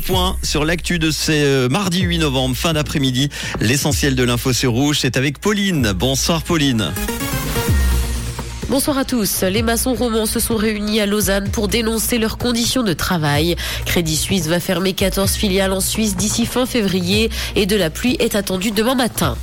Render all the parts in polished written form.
point sur l'actu de ce mardi 8 novembre, fin d'après-midi. L'essentiel de l'info sur Rouge, c'est avec Pauline. Bonsoir Pauline. Bonsoir à tous. Les maçons romans se sont réunis à Lausanne pour dénoncer leurs conditions de travail. Crédit Suisse va fermer 14 filiales en Suisse d'ici fin février et de la pluie est attendue demain matin.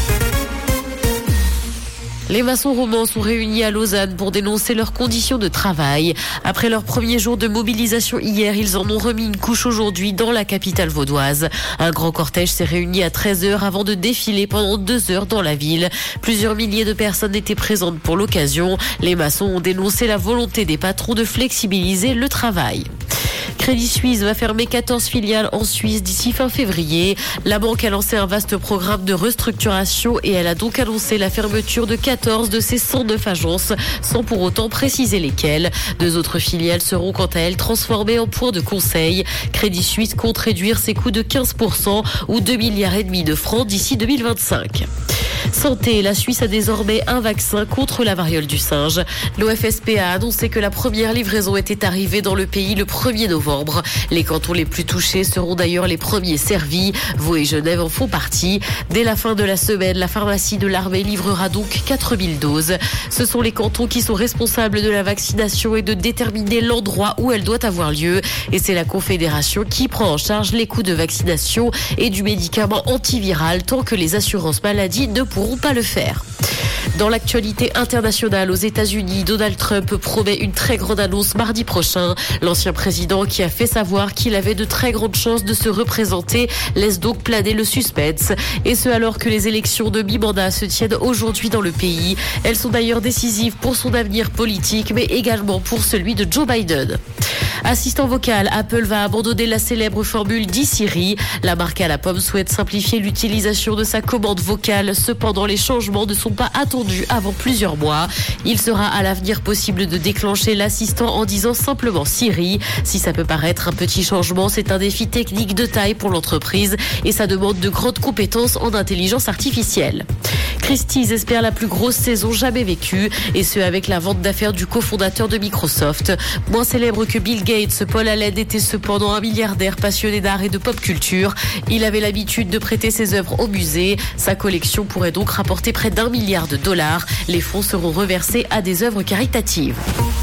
Les maçons romans sont réunis à Lausanne pour dénoncer leurs conditions de travail. Après leur premier jour de mobilisation hier, ils en ont remis une couche aujourd'hui dans la capitale vaudoise. Un grand cortège s'est réuni à 13h avant de défiler pendant 2 heures dans la ville. Plusieurs milliers de personnes étaient présentes pour l'occasion. Les maçons ont dénoncé la volonté des patrons de flexibiliser le travail. Crédit Suisse va fermer 14 filiales en Suisse d'ici fin février. La banque a lancé un vaste programme de restructuration et elle a donc annoncé la fermeture de 14 de ses 109 agences, sans pour autant préciser lesquelles. 2 autres filiales seront quant à elles transformées en points de conseil. Crédit Suisse compte réduire ses coûts de 15% ou 2,5 milliards de francs d'ici 2025. Santé, la Suisse a désormais un vaccin contre la variole du singe. L'OFSP a annoncé que la première livraison était arrivée dans le pays le 1er novembre. Les cantons les plus touchés seront d'ailleurs les premiers servis. Vaud et Genève en font partie. Dès la fin de la semaine, la pharmacie de l'armée livrera donc 4000 doses. Ce sont les cantons qui sont responsables de la vaccination et de déterminer l'endroit où elle doit avoir lieu. Et c'est la Confédération qui prend en charge les coûts de vaccination et du médicament antiviral tant que les assurances maladies ne pourront pas le faire. Dans l'actualité internationale, aux États-Unis, Donald Trump promet une très grande annonce mardi prochain. L'ancien président, qui a fait savoir qu'il avait de très grandes chances de se représenter, laisse donc planer le suspense. Et ce alors que les élections de mi-mandat se tiennent aujourd'hui dans le pays. Elles sont d'ailleurs décisives pour son avenir politique, mais également pour celui de Joe Biden. Assistant vocal, Apple va abandonner la célèbre formule d'e-Siri. La marque à la pomme souhaite simplifier l'utilisation de sa commande vocale. Cependant, les changements ne sont pas attendus avant plusieurs mois. Il sera à l'avenir possible de déclencher l'assistant en disant simplement Siri. Si ça peut paraître un petit changement, c'est un défi technique de taille pour l'entreprise et ça demande de grandes compétences en intelligence artificielle. Christie's espère la plus grosse saison jamais vécue, et ce avec la vente d'affaires du cofondateur de Microsoft. Moins célèbre que Bill Gates, Paul Allen était cependant un milliardaire passionné d'art et de pop culture. Il avait l'habitude de prêter ses œuvres au musée. Sa collection pourrait donc rapporter près d'$1 milliard. Les fonds seront reversés à des œuvres caritatives.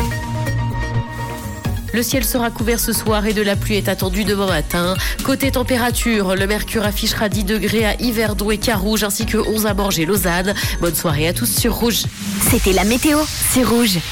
Le ciel sera couvert ce soir et de la pluie est attendue demain matin. Côté température, le mercure affichera 10 degrés à Yverdon et Carouge ainsi que 11 à Morges et Lausanne. Bonne soirée à tous sur Rouge. C'était la météo, c'est Rouge.